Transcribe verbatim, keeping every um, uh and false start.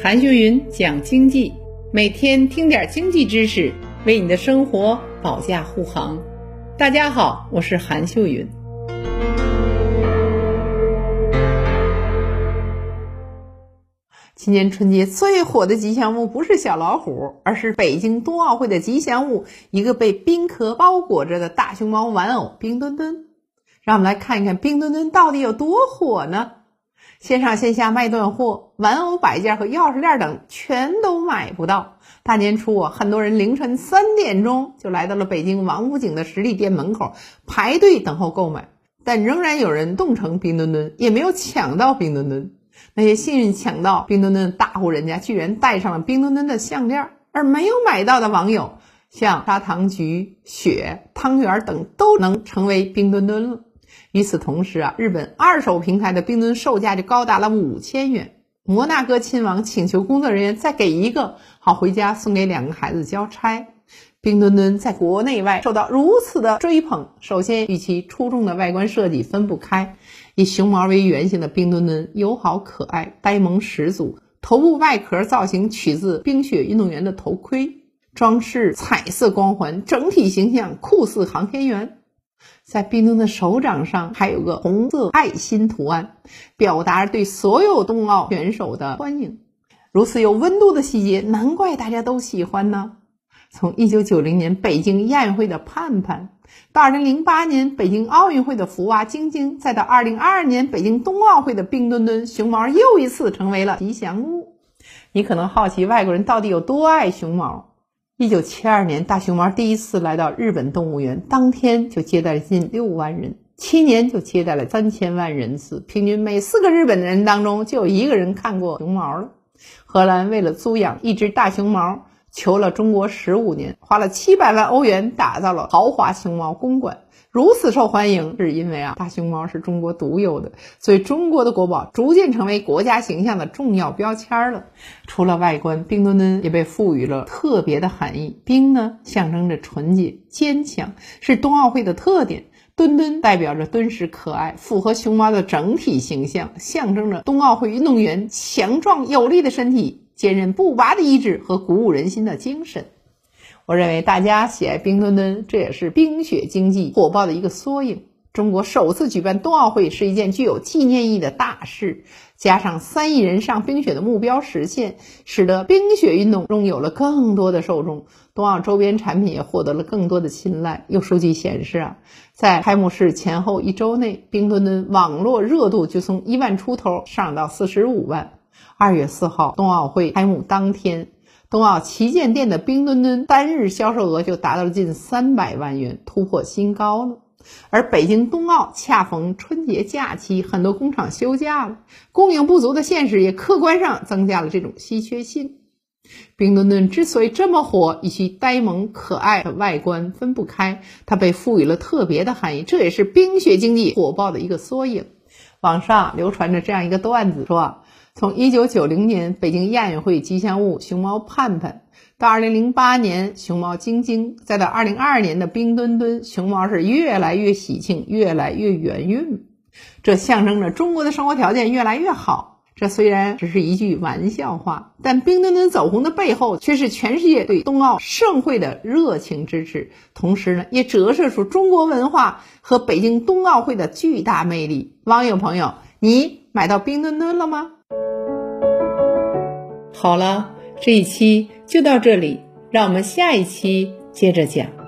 韩秀云讲经济，每天听点经济知识，为你的生活保驾护航。大家好，我是韩秀云。今年春节最火的吉祥物不是小老虎，而是北京冬奥会的吉祥物，一个被冰壳包裹着的大熊猫玩偶冰墩墩。让我们来看一看冰墩墩到底有多火呢？线上线下卖断货，玩偶摆件和钥匙链等全都买不到。大年初啊，很多人凌晨三点钟就来到了北京王府井的实体店门口排队等候购买，但仍然有人冻成冰墩墩，也没有抢到冰墩墩。那些幸运抢到冰墩墩的大户人家居然戴上了冰墩墩的项链，而没有买到的网友，像砂糖橘、雪、汤圆等都能成为冰墩墩了。与此同时啊，日本二手平台的冰墩售价就高达了五千元。摩纳哥亲王请求工作人员再给一个，好回家送给两个孩子交差。冰墩墩在国内外受到如此的追捧，首先与其出众的外观设计分不开。以熊猫为原型的冰墩墩友好可爱，呆萌十足，头部外壳造型取自冰雪运动员的头盔，装饰彩色光环，整体形象酷似航天员。在冰墩的手掌上还有个红色爱心图案，表达对所有冬奥选手的欢迎。如此有温度的细节，难怪大家都喜欢呢。从一九九零年北京亚运会的盼盼，到二零零八年北京奥运会的福娃晶晶，再到二零二二年北京冬奥会的冰墩墩，熊猫又一次成为了吉祥物。你可能好奇外国人到底有多爱熊猫。一九七二年大熊猫第一次来到日本动物园，当天就接待了近六万人，七年就接待了三千万人次，平均每四个日本人当中就有一个人看过熊猫了。荷兰为了租养一只大熊猫，求了中国十五年，花了七百万欧元打造了豪华熊猫公馆。如此受欢迎，是因为啊，大熊猫是中国独有的，所以中国的国宝逐渐成为国家形象的重要标签了。除了外观，冰墩墩也被赋予了特别的含义。冰呢，象征着纯洁坚强，是冬奥会的特点；墩墩代表着敦实可爱，符合熊猫的整体形象，象征着冬奥会运动员强壮有力的身体、坚韧不拔的意志和鼓舞人心的精神。我认为大家喜爱冰墩墩，这也是冰雪经济火爆的一个缩影。中国首次举办冬奥会是一件具有纪念意义的大事，加上三亿人上冰雪的目标实现，使得冰雪运动拥有了更多的受众，冬奥周边产品也获得了更多的青睐。有数据显示啊，在开幕式前后一周内，冰墩墩网络热度就从一万出头上到四十五万。二月四号冬奥会开幕当天，冬奥旗舰店的冰墩墩单日销售额就达到了近三百万元，突破新高了。而北京冬奥恰逢春节假期，很多工厂休假了，供应不足的现实也客观上增加了这种稀缺性。冰墩墩之所以这么火，与其呆萌可爱的外观分不开，它被赋予了特别的含义，这也是冰雪经济火爆的一个缩影。网上流传着这样一个段子，说从一九九零年北京亚运会吉祥物熊猫盼盼，到二零零八年熊猫晶晶，再到二零二二年的冰墩墩，熊猫是越来越喜庆，越来越圆润。这象征着中国的生活条件越来越好。这虽然只是一句玩笑话，但冰墩墩走红的背后却是全世界对冬奥盛会的热情支持，同时呢，也折射出中国文化和北京冬奥会的巨大魅力。网友朋友，你买到冰墩墩了吗？好了，这一期就到这里，让我们下一期接着讲。